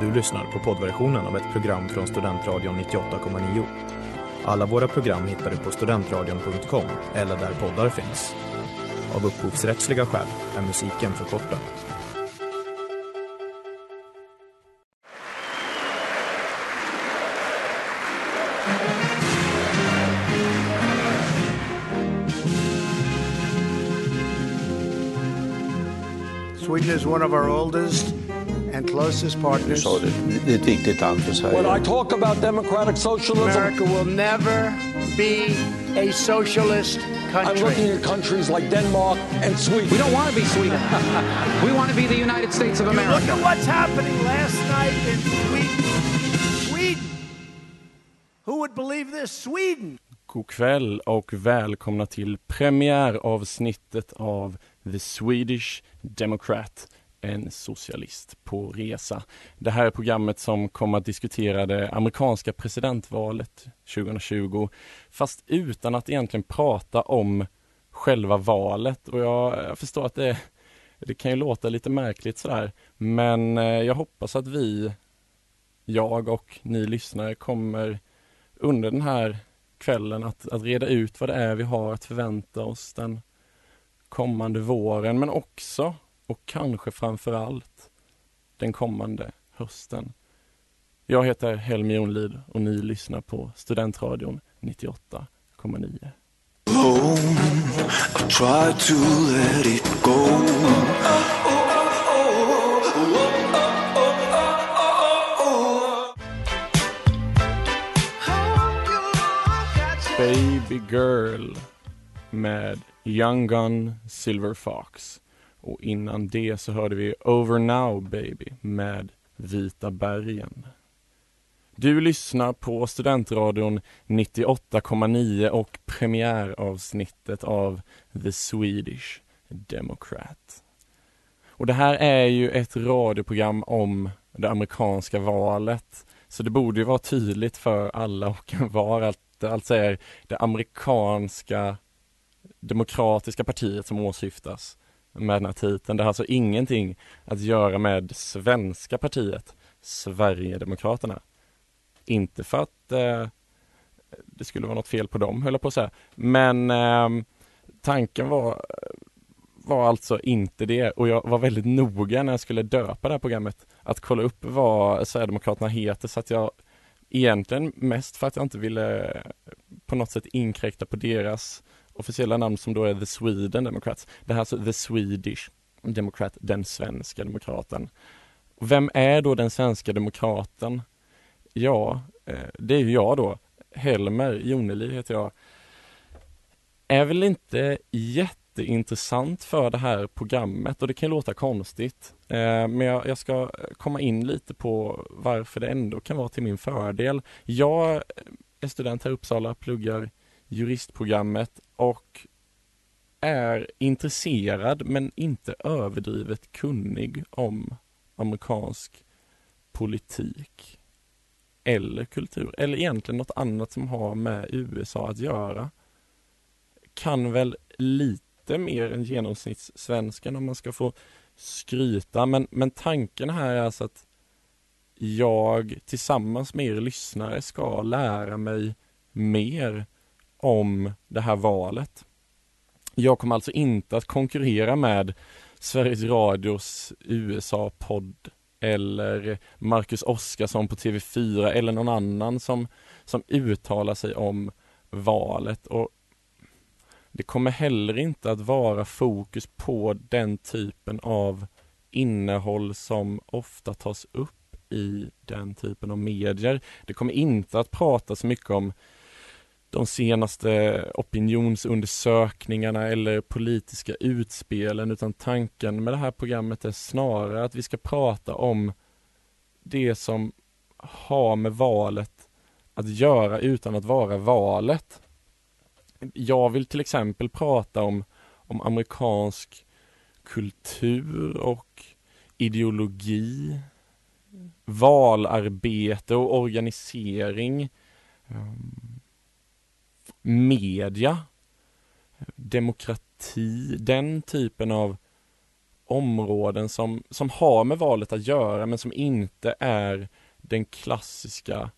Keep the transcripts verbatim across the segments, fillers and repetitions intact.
Du lyssnar på poddversionen av ett program från Studentradion nittioåtta komma nio. Alla våra program hittar du på studentradion punkt com eller där poddar finns. Av upphovsrättsliga skäl är musiken förkortad. Sweden is one of our oldest and closest partners. Så det, det är ett viktigt land för Sverige. When I talk about democratic socialism, America will never be a socialist country. I'm looking at countries like Denmark and Sweden. We don't want to be Sweden. We want to be the United States of America. Look at what's happening last night in Sweden. Sweden. Who would believe this? Sweden. God kväll och välkomna till premiäravsnittet av The Swedish Democrat, en socialist på resa. Det här är programmet som kommer att diskutera det amerikanska presidentvalet tjugohundratjugo, fast utan att egentligen prata om själva valet. Och jag, jag förstår att det, det kan ju låta lite märkligt sådär, men jag hoppas att vi, jag och ni lyssnare kommer under den här kvällen att, att reda ut vad det är vi har att förvänta oss den kommande våren, men också och kanske framför allt den kommande hösten. Jag heter Helmi Jonlid och ni lyssnar på Studentradion nittioåtta komma nio. Oh, I try to let it go. Baby Girl med Young Gun Silver Fox. Och innan det så hörde vi Over Now Baby med Vita bergen. Du lyssnar på Studentradion nittioåtta komma nio och premiäravsnittet av The Swedish Democrat. Och det här är ju ett radioprogram om det amerikanska valet. Så det borde ju vara tydligt för alla och var att det alltså är det amerikanska demokratiska partiet som åsyftas med den här titeln. Det har alltså ingenting att göra med svenska partiet, Sverigedemokraterna. Inte för att eh, det skulle vara något fel på dem, höll jag på att säga. Men eh, tanken var, var alltså inte det. Och jag var väldigt noga när jag skulle döpa det här programmet att kolla upp vad Sverigedemokraterna heter, så att jag egentligen mest för att jag inte ville på något sätt inkräkta på deras officiella namn som då är The Sweden Democrats. Det här är alltså The Swedish Democrat, den svenska demokraten. Vem är då den svenska demokraten? Ja, det är ju jag då. Helmer Joneli heter jag. Är väl inte jätteintressant för det här programmet, och det kan låta konstigt. Men jag, jag ska komma in lite på varför det ändå kan vara till min fördel. Jag är student här i Uppsala, pluggar juristprogrammet och är intresserad men inte överdrivet kunnig om amerikansk politik eller kultur, eller egentligen något annat som har med U S A att göra. Kan väl lite mer än genomsnittssvenskan om man ska få skryta, men, men tanken här är alltså att jag tillsammans med er lyssnare ska lära mig mer om det här valet. Jag kommer alltså inte att konkurrera med Sveriges Radios U S A-podd eller Marcus Oskarsson på T V fyra eller någon annan som, som uttalar sig om valet. Och det kommer heller inte att vara fokus på den typen av innehåll som ofta tas upp i den typen av medier. Det kommer inte att prata så mycket om de senaste opinionsundersökningarna eller politiska utspelen, utan tanken med det här programmet är snarare att vi ska prata om det som har med valet att göra utan att vara valet. Jag vill till exempel prata om, om amerikansk kultur och ideologi, valarbete och organisering, media, demokrati, den typen av områden som, som har med valet att göra men som inte är den klassiska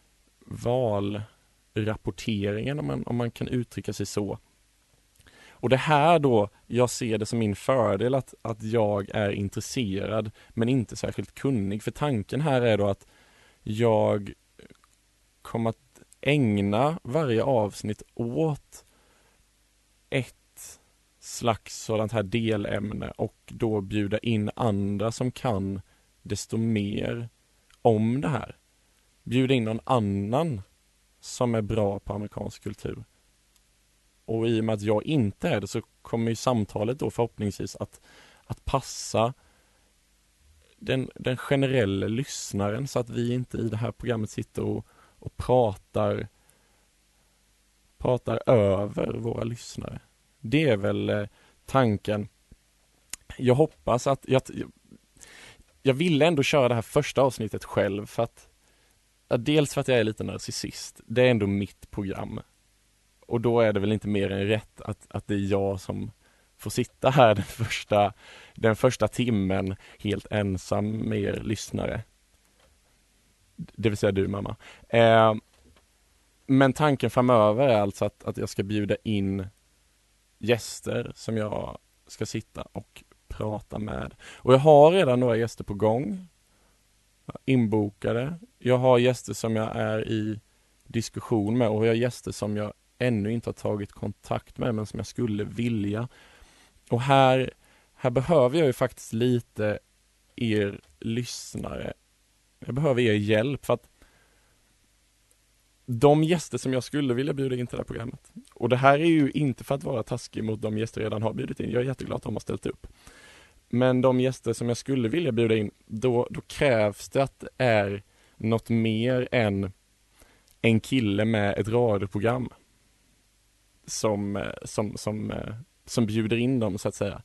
valrapporteringen om man, om man kan uttrycka sig så. Och det här då, jag ser det som min fördel att, att jag är intresserad men inte särskilt kunnig. För tanken här är då att jag kommer att ägna varje avsnitt åt ett slags sådant här delämne och då bjuda in andra som kan desto mer om det här. Bjuda in någon annan som är bra på amerikansk kultur. Och i och med att jag inte är det så kommer ju samtalet då förhoppningsvis att, att passa den, den generella lyssnaren så att vi inte i det här programmet sitter och, och pratar, pratar över våra lyssnare. Det är väl eh, tanken. Jag hoppas att jag, jag ville ändå köra det här första avsnittet själv för att ja, dels för att jag är lite narcissist. Det är ändå mitt program. Och då är det väl inte mer än rätt att, att det är jag som får sitta här den första, den första timmen helt ensam med er lyssnare. Det vill säga du, mamma. Eh, men tanken framöver är alltså att, att jag ska bjuda in gäster som jag ska sitta och prata med. Och jag har redan några gäster på gång. Inbokade. Jag har gäster som jag är i diskussion med och jag har gäster som jag ännu inte har tagit kontakt med men som jag skulle vilja. Och här, här behöver jag ju faktiskt lite er lyssnare. Jag behöver er hjälp för att de gäster som jag skulle vilja bjuda in till det här programmet. Och det här är ju inte för att vara taskig mot de gäster jag redan har bjudit in. Jag är jätteglad att de har ställt upp. Men de gäster som jag skulle vilja bjuda in, då, då krävs det att det är något mer än en kille med ett radioprogram som, som, som, som bjuder in dem så att säga.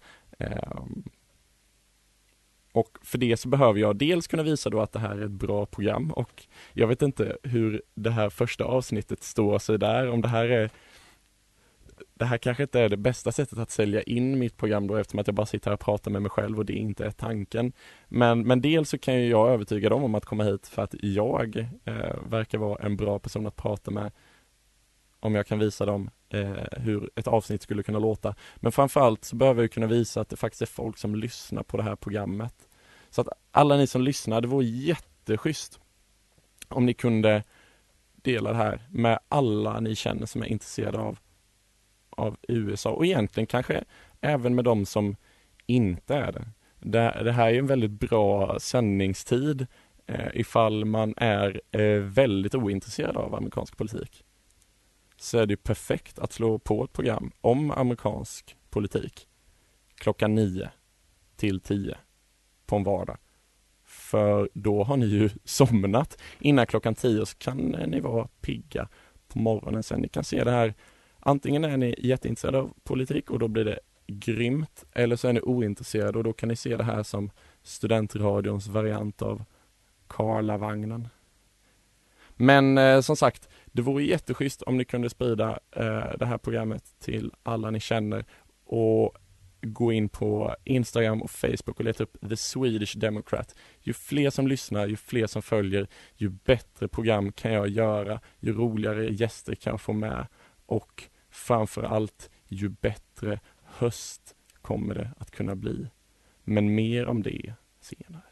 Och för det så behöver jag dels kunna visa då att det här är ett bra program och jag vet inte hur det här första avsnittet står sig där, om det här är det här kanske inte är det bästa sättet att sälja in mitt program då eftersom att jag bara sitter här och pratar med mig själv och det inte är tanken. Men, men dels så kan ju jag övertyga dem om att komma hit för att jag eh, verkar vara en bra person att prata med om jag kan visa dem eh, hur ett avsnitt skulle kunna låta. Men framförallt så behöver jag kunna visa att det faktiskt är folk som lyssnar på det här programmet. Så att alla ni som lyssnar, det vore jätteschysst om ni kunde dela det här med alla ni känner som är intresserade av av U S A och egentligen kanske även med de som inte är det. Det, det här är ju en väldigt bra sändningstid eh, ifall man är eh, väldigt ointresserad av amerikansk politik. Så är det ju perfekt att slå på ett program om amerikansk politik klockan nio till tio på en vardag. För då har ni ju somnat. Innan klockan tio så kan ni vara pigga på morgonen sen. Ni kan se det här. Antingen är ni jätteintresserade av politik och då blir det grymt. Eller så är ni ointresserade och då kan ni se det här som studentradions variant av Karlavagnen. Men eh, som sagt, det vore jätteschysst om ni kunde sprida eh, det här programmet till alla ni känner och gå in på Instagram och Facebook och leta upp The Swedish Democrat. Ju fler som lyssnar, ju fler som följer, ju bättre program kan jag göra, ju roligare gäster kan jag få med och framför allt ju bättre höst kommer det att kunna bli. Men mer om det senare.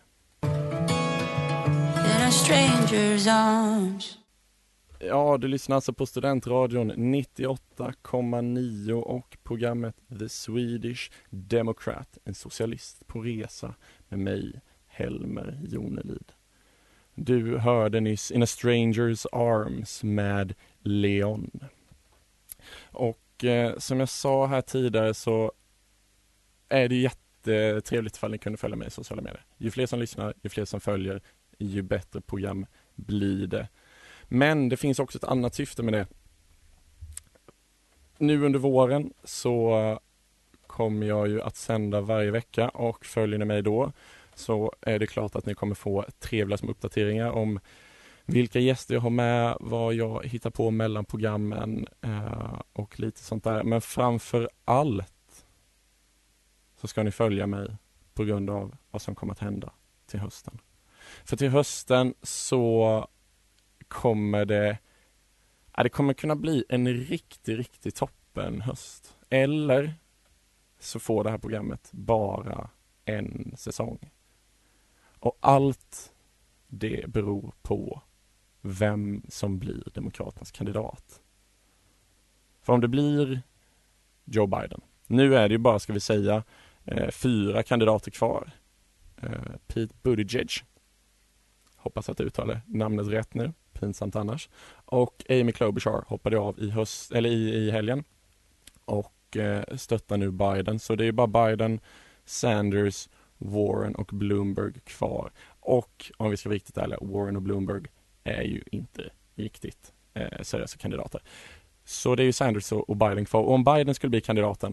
Ja, du lyssnar alltså på Studentradion nittioåtta komma nio och programmet The Swedish Democrat, en socialist på resa med mig, Helmer Jonelid. Du hörde nyss In a Stranger's Arms med Leon. Och eh, som jag sa här tidigare så är det jättetrevligt ifall ni kunde följa mig i sociala medier. Ju fler som lyssnar, ju fler som följer, ju bättre program blir det. Men det finns också ett annat syfte med det. Nu under våren så kommer jag ju att sända varje vecka och följer ni mig då så är det klart att ni kommer få trevliga som uppdateringar om vilka gäster jag har med, vad jag hittar på mellan programmen eh, och lite sånt där. Men framför allt så ska ni följa mig på grund av vad som kommer att hända till hösten. För till hösten så kommer det ja, det kommer kunna bli en riktigt, riktigt toppen höst. Eller så får det här programmet bara en säsong. Och allt det beror på vem som blir Demokraternas kandidat. För om det blir Joe Biden. Nu är det ju bara, ska vi säga, eh, fyra kandidater kvar. Eh, Pete Buttigieg. Hoppas att jag uttalar namnet rätt nu. Pinsamt annars. Och Amy Klobuchar hoppade av i, höst, eller i, i helgen. Och eh, stöttar nu Biden. Så det är bara Biden, Sanders, Warren och Bloomberg kvar. Och om vi ska vara riktigt ärliga, Warren och Bloomberg är ju inte riktigt eh, seriösa kandidater. Så det är ju Sanders och Biden kvar. Och om Biden skulle bli kandidaten,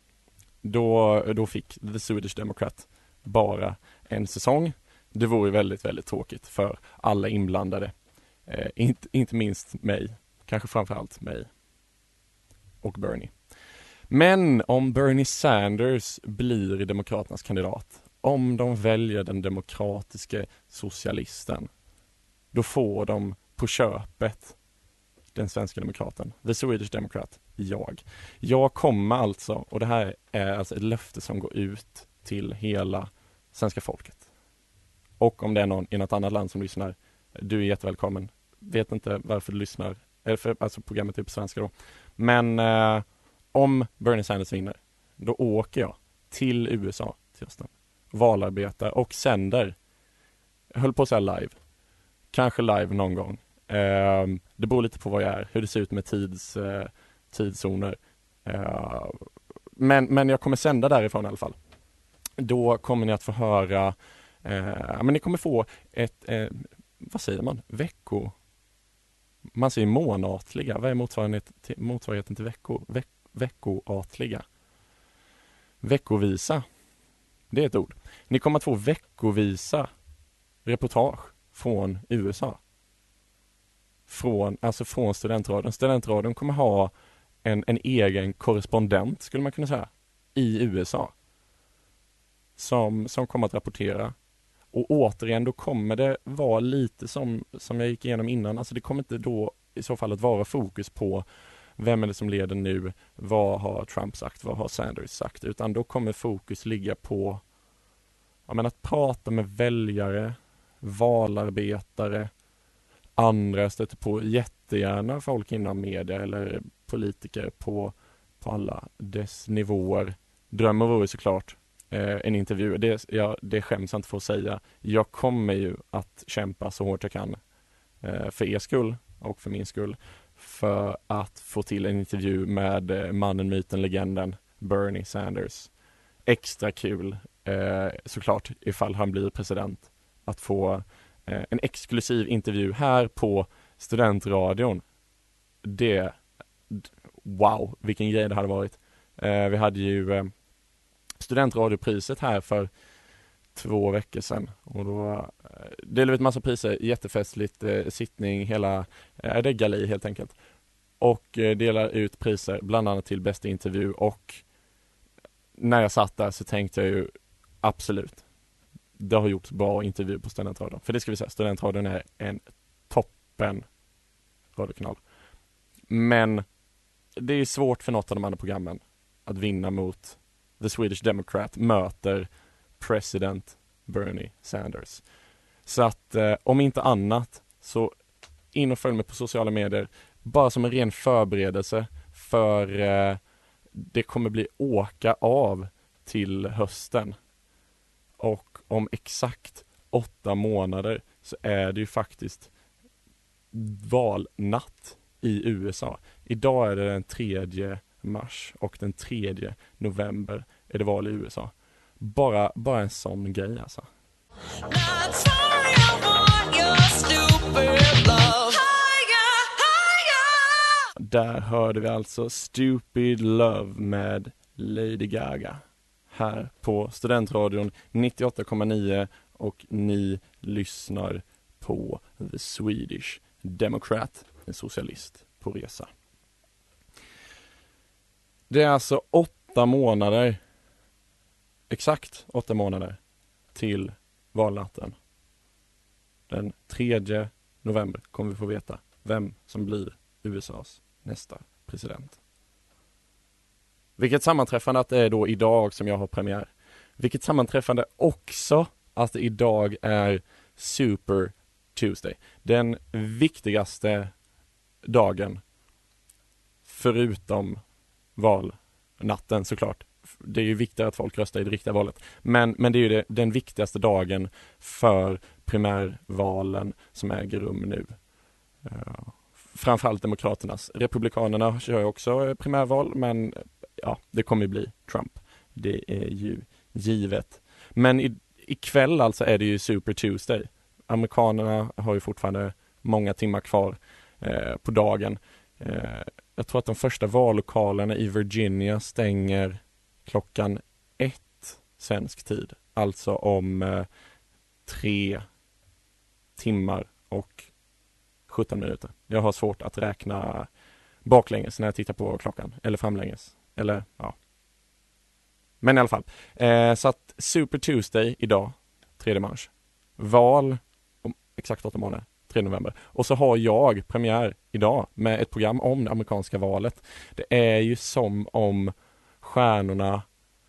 då, då fick The Swedish Democrat bara en säsong. Det vore väldigt, väldigt tråkigt för alla inblandade. Eh, inte, inte minst mig. Kanske framförallt mig. Och Bernie. Men om Bernie Sanders blir Demokraternas kandidat, om de väljer den demokratiska socialisten, då får de på köpet den svenska demokraten, The Swedish Democrat, jag. Jag kommer alltså, och det här är alltså ett löfte som går ut till hela svenska folket. Och om det är någon i något annat land som lyssnar, du är jättevälkommen. Vet inte varför du lyssnar, eller för, alltså programmet är på svenska då. Men eh, om Bernie Sanders vinner, då åker jag till U S A till hösten. Valarbetar och sänder, jag höll på att säga live. Kanske live någon gång. Eh, det beror lite på vad jag är, hur det ser ut med tids, eh, tidszoner. Eh, men, men jag kommer sända därifrån i alla fall. Då kommer ni att få höra, eh, men ni kommer få ett, eh, vad säger man, vecko, man säger månatliga, vad är motsvarigheten till, motsvarigheten till vecko, veck, veckoatliga? Veckovisa, det är ett ord. Ni kommer att få veckovisa reportage från U S A. Från, alltså från studentradion. Studentradion kommer ha en, en egen korrespondent, skulle man kunna säga, i U S A. Som, som kommer att rapportera. Och återigen, då kommer det vara lite som, som jag gick igenom innan. Alltså det kommer inte då i så fall att vara fokus på vem är det som leder nu, vad har Trump sagt, vad har Sanders sagt. Utan då kommer fokus ligga på jag menar, att prata med väljare, valarbetare, andra stöter på jättegärna folk inom media eller politiker på, på alla dess nivåer. Drömmer vore såklart eh, en intervju. Det, ja, det skäms jag inte för att säga. Jag kommer ju att kämpa så hårt jag kan eh, för er skull och för min skull för att få till en intervju med eh, mannen, myten, legenden Bernie Sanders. Extra kul eh, såklart ifall han blir president att få eh, en exklusiv intervju här på studentradion. Det, wow, vilken grej det hade varit. Eh, vi hade ju eh, studentradiopriset här för två veckor sedan och då eh, delade vi ett massa priser, jättefestligt eh, sittning, hela eh, det är galej helt enkelt. Och eh, delar ut priser bland annat till bästa intervju och när jag satt där så tänkte jag ju absolut, det har gjort bra intervju på studentradion. För det ska vi säga, studentradion är en toppen radiokanal. Men det är svårt för något av de andra programmen att vinna mot The Swedish Democrat möter president Bernie Sanders. Så att eh, om inte annat så in och följ mig på sociala medier bara som en ren förberedelse för eh, det kommer bli åka av till hösten. Och om exakt åtta månader så är det ju faktiskt valnatt i U S A. Idag är det den tredje mars och den tredje november är det val i U S A. Bara, bara en sån grej alltså. Där hörde vi alltså Stupid Love med Lady Gaga här på studentradion nittioåtta komma nio och ni lyssnar på The Swedish Democrat, en socialist på resa. Det är alltså åtta månader exakt åtta månader till valnatten. Den tredje november kommer vi få veta vem som blir U S A:s nästa president. Vilket sammanträffande att det är då idag som jag har premiär. Vilket sammanträffande också att det idag är Super Tuesday. Den viktigaste dagen förutom valnatten såklart. Det är ju viktigt att folk röstar i det riktiga valet. Men, men det är ju det, den viktigaste dagen för primärvalen som äger rum nu. Uh, framförallt Demokraternas. Republikanerna kör ju också primärval, men ja, det kommer ju bli Trump. Det är ju givet. Men i, ikväll alltså är det ju Super Tuesday. Amerikanerna har ju fortfarande många timmar kvar eh, på dagen. Eh, jag tror att de första vallokalerna i Virginia stänger klockan ett svensk tid. Alltså om eh, tre timmar och sjutton minuter. Jag har svårt att räkna baklänges när jag tittar på klockan. Eller framlänges. Eller, ja. Men i alla fall. Eh, så att Super Tuesday idag, tredje mars. Val om exakt åtta månader, tredje november. Och så har jag premiär idag med ett program om det amerikanska valet. Det är ju som om stjärnorna,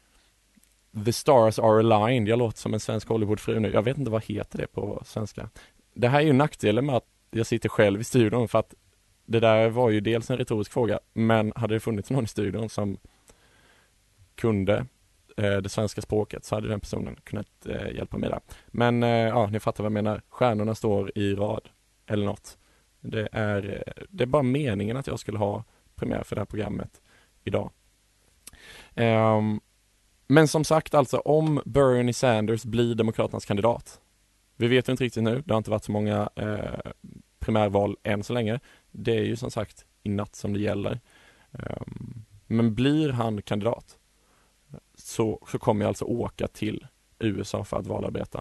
the stars are aligned. Jag låter som en svensk Hollywoodfru nu. Jag vet inte vad heter det på svenska. Det här är ju nackdelen med att jag sitter själv i studion, för att det där var ju dels en retorisk fråga, men hade det funnits någon i studion som kunde eh, det svenska språket så hade den personen kunnat eh, hjälpa mig där. Men eh, ja, ni fattar vad jag menar. Stjärnorna står i rad eller något. Det är, eh, det är bara meningen att jag skulle ha premiär för det här programmet idag. Um, men som sagt, alltså om Bernie Sanders blir Demokraternas kandidat. Vi vet inte riktigt nu. Det har inte varit så många eh, primärval än så länge. Det är ju som sagt i natt som det gäller. Um, men blir han kandidat så, så kommer jag alltså åka till U S A för att valarbeta.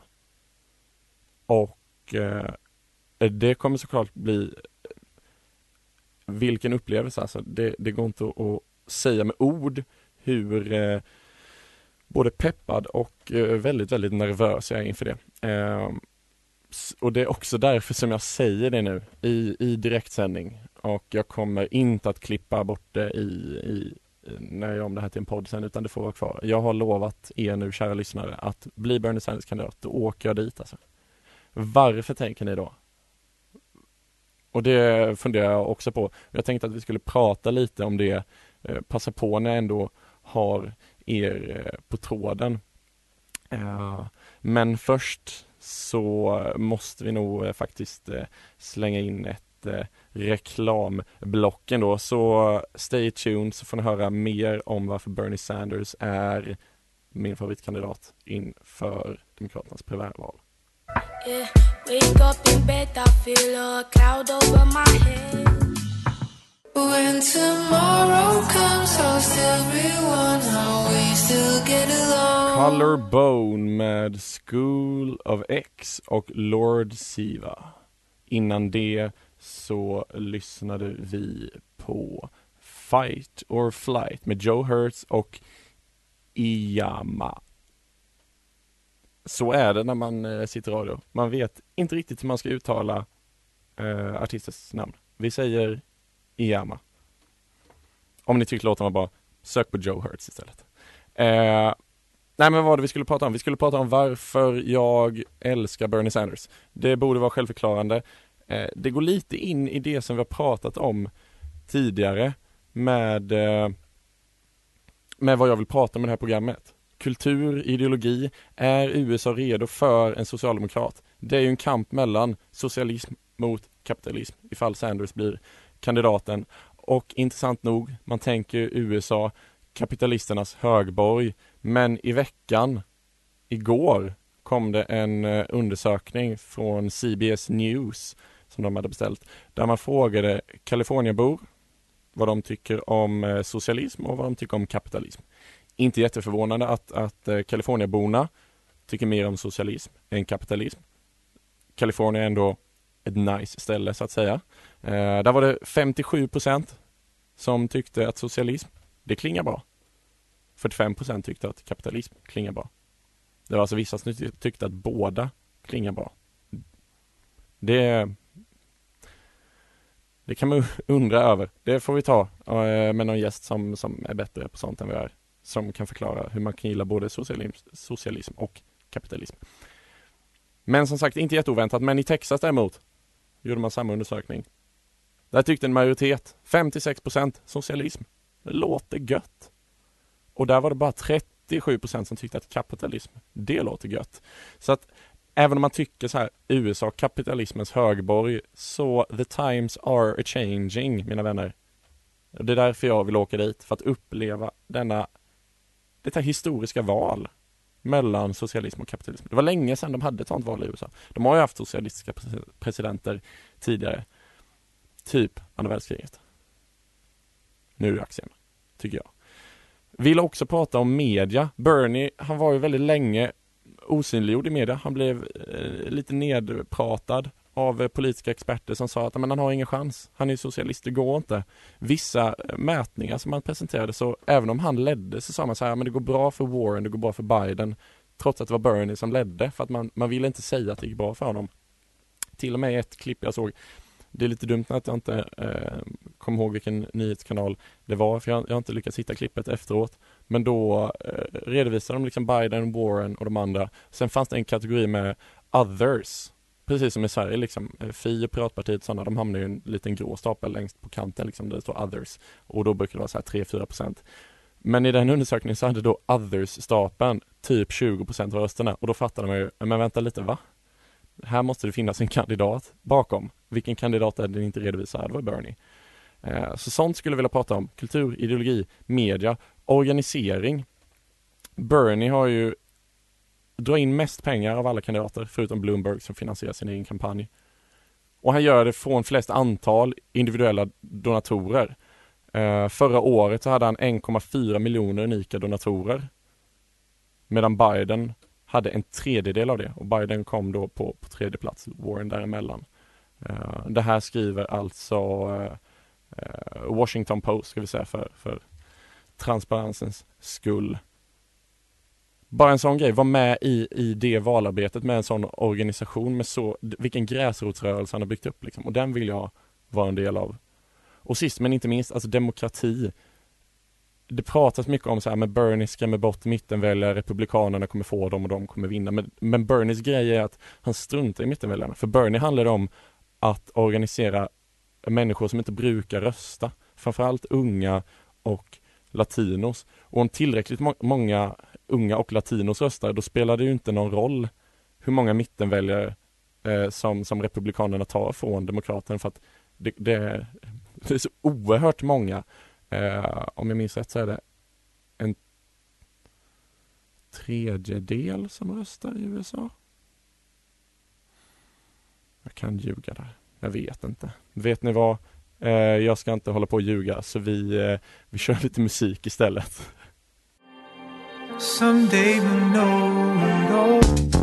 Och eh, det kommer såklart bli vilken upplevelse. Alltså det, det går inte att, att säga med ord hur eh, både peppad och eh, väldigt, väldigt nervös jag är inför det. Eh, och det är också därför som jag säger det nu i, i direktsändning. Och jag kommer inte att klippa bort det i, i, när jag gör om det här till en podd sen, utan det får vara kvar. Jag har lovat er nu, kära lyssnare, att bli Bernie Sanders kandidat, då åker jag dit alltså. Varför tänker ni då? Och det funderar jag också på. Jag tänkte att vi skulle prata lite om det. Eh, passa på när jag ändå har er eh, på tråden. Eh, men först så måste vi nog eh, faktiskt eh, slänga in ett eh, reklamblocken då. Så stay tuned så får ni höra mer om varför Bernie Sanders är min favoritkandidat inför Demokraternas primärval. Yeah, wake up in bed, I feel a cloud over my head. When tomorrow comes, I'll still be one, how we still get along. Collarbone med School of X och Lord Siva. Innan det så lyssnade vi på Fight or Flight med Joe Hertz och Iyama. Så är det när man eh, sitter i radio. Man vet inte riktigt hur man ska uttala eh, artistens namn. Vi säger Iyama. Om ni tycker låten var bra, sök på Joe Hertz istället. Eh, nej men vad var det vi skulle prata om? Vi skulle prata om varför jag älskar Bernie Sanders. Det borde vara självförklarande. Eh, det går lite in i det som vi har pratat om tidigare med, eh, med vad jag vill prata om med det här programmet. Kultur, ideologi, är U S A redo för en socialdemokrat? Det är ju en kamp mellan socialism mot kapitalism ifall Sanders blir kandidaten. Och intressant nog, man tänker U S A kapitalisternas högborg, men i veckan, igår, kom det en undersökning från C B S News som de hade beställt, där man frågade Kaliforniabor vad de tycker om socialism och vad de tycker om kapitalism. Inte jätteförvånande att, att Kaliforniaborna tycker mer om socialism än kapitalism. Kalifornien är ändå ett nice ställe så att säga. Eh, där var det femtiosju procent som tyckte att socialism, det klingar bra. fyrtiofem procent tyckte att kapitalism klingar bra. Det var alltså vissa som tyckte att båda klingar bra. Det, det kan man undra över. Det får vi ta med någon gäst som, som är bättre på sånt än vi är. Som kan förklara hur man kan gilla både socialism, socialism och kapitalism. Men som sagt, inte jätteoväntat. Men i Texas däremot gjorde man samma undersökning. Där tyckte en majoritet, femtiosex procent socialism. Det låter gött. Och där var det bara trettiosju procent som tyckte att kapitalism, det låter gött. Så att även om man tycker så här, U S A, kapitalismens högborg, så the times are a-changing, mina vänner. Det är därför jag vill åka dit, för att uppleva denna, detta historiska val mellan socialism och kapitalism. Det var länge sedan de hade ett sånt val i U S A. De har ju haft socialistiska presidenter tidigare. Typ andra världskriget. Nu är det dags igen, tycker jag. Vill också prata om media. Bernie, han var ju väldigt länge osynliggjord i media. Han blev eh, lite nedpratad av politiska experter som sa att men han har ingen chans. Han är ju socialist, det går inte. Vissa mätningar som han presenterade, så även om han ledde så sa man så här, men det går bra för Warren, det går bra för Biden. Trots att det var Bernie som ledde, för att man, man ville inte säga att det gick bra för honom. Till och med ett klipp jag såg, det är lite dumt att jag inte eh, kommer ihåg vilken nyhetskanal det var, för jag, jag har inte lyckats hitta klippet efteråt. Men då eh, redovisade de liksom Biden, Warren och de andra. Sen fanns det en kategori med others. Precis som i Sverige, liksom, F I och Piratpartiet, sådana, de hamnar ju en liten grå stapel längst på kanten, liksom, där det står others. Och då brukar det vara så här tre till fyra procent. Men i den undersökningen så hade då others-stapeln typ tjugo procent av rösterna. Och då fattade man ju, men vänta lite, va? Här måste det finnas en kandidat bakom. Vilken kandidat är det inte redovisar? Det var Bernie. Eh, så sånt skulle jag vilja prata om. Kultur, ideologi, media, organisering. Bernie har ju drar in mest pengar av alla kandidater, förutom Bloomberg som finansierar sin egen kampanj. Och han gör det från flest antal individuella donatorer. Uh, förra året så hade han en komma fyra miljoner unika donatorer. Medan Biden hade en tredjedel av det. Och Biden kom då på, på tredje plats, Warren däremellan. Uh, det här skriver alltså uh, uh, Washington Post, ska vi säga, för, för transparensens skull. Bara en sån grej, var med i, i det valarbetet med en sån organisation med så, vilken gräsrotsrörelse han har byggt upp liksom. Och den vill jag vara en del av. Och sist men inte minst, alltså demokrati. Det pratas mycket om så här, med Bernie skrämmer bort mittenväljare, republikanerna kommer få dem och de kommer vinna. Men, men Bernies grej är att han struntar i mittenväljarna. För Bernie handlar det om att organisera människor som inte brukar rösta. Framförallt unga och latinos. Och om tillräckligt må- många unga och latinos röstar, då spelar det ju inte någon roll hur många mittenväljare eh, som, som republikanerna tar från demokraterna, för att det, det, det är så oerhört många. Eh, om jag minns rätt så är det en tredjedel som röstar i U S A. Jag kan ljuga där. Jag vet inte. Vet ni vad? Eh, jag ska inte hålla på och ljuga, så vi, eh, vi kör lite musik istället. Someday we'll know it all.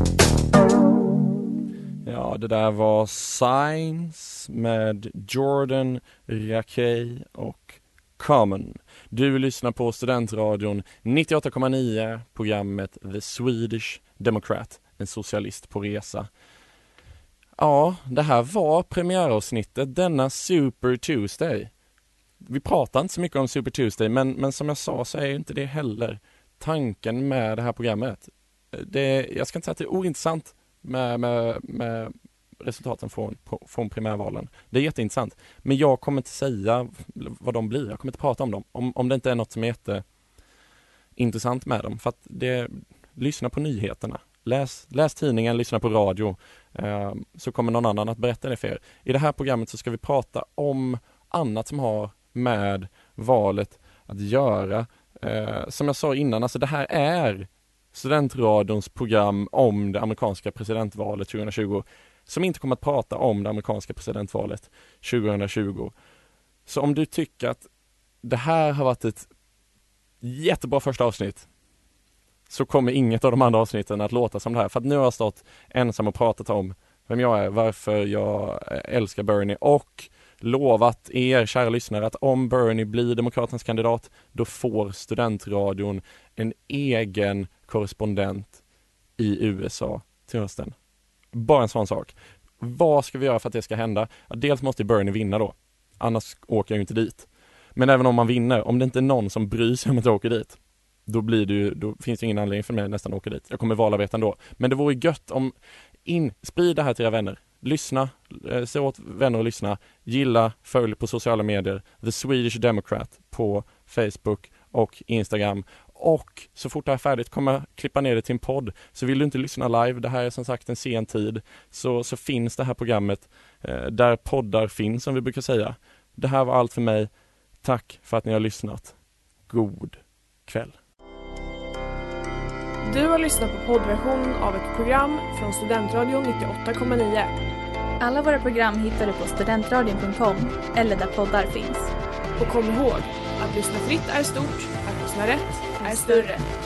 Ja, det där var Signs med Jordan Rakey och Common. Du lyssnar på Studentradion nittioåtta komma nio, programmet The Swedish Democrat, en socialist på resa. Ja, det här var premiäravsnittet denna Super Tuesday. Vi pratar inte så mycket om Super Tuesday, men, men som jag sa så är inte det heller tanken med det här programmet. Det, jag ska inte säga att det är ointressant med, med, med resultaten från, från primärvalen. Det är jätteintressant. Men jag kommer inte säga vad de blir. Jag kommer inte prata om dem. Om, om det inte är något som är jätteintressant med dem. För att det, lyssna på nyheterna. Läs, läs tidningen, lyssna på radio. Eh, så kommer någon annan att berätta det för er. I det här programmet så ska vi prata om annat som har med valet att göra. Eh, som jag sa innan, alltså det här är Studentradions program om det amerikanska presidentvalet tjugohundratjugo, som inte kommer att prata om det amerikanska presidentvalet tjugohundratjugo. Så om du tycker att det här har varit ett jättebra första avsnitt, så kommer inget av de andra avsnitten att låta som det här. För att nu har jag stått ensam och pratat om vem jag är, varför jag älskar Bernie och lovat er, kära lyssnare, att om Bernie blir Demokraternas kandidat, då får Studentradion en egen korrespondent i U S A till hösten. Bara en sån sak. Vad ska vi göra för att det ska hända? Ja, dels måste Bernie vinna då. Annars åker jag ju inte dit. Men även om man vinner, om det inte är någon som bryr sig om att jag åker dit, då, blir det ju, då finns det ingen anledning för mig att nästan åka dit. Jag kommer valarbeta ändå. Men det vore gött om in, sprid det här till era vänner. Lyssna, eh, se åt vänner och lyssna. Gilla, följ på sociala medier. The Swedish Democrat på Facebook och Instagram. Och så fort det här är färdigt kommer jag klippa ner det till en podd. Så vill du inte lyssna live, det här är som sagt en sen tid, så, så finns det här programmet eh, där poddar finns, som vi brukar säga. Det här var allt för mig. Tack för att ni har lyssnat. God kväll. Du har lyssnat på poddversionen av ett program från Studentradion nittioåtta komma nio. Alla våra program hittar du på studentradion punkt com eller där poddar finns. Och kom ihåg, att lyssna fritt är stort, att lyssna rätt är större.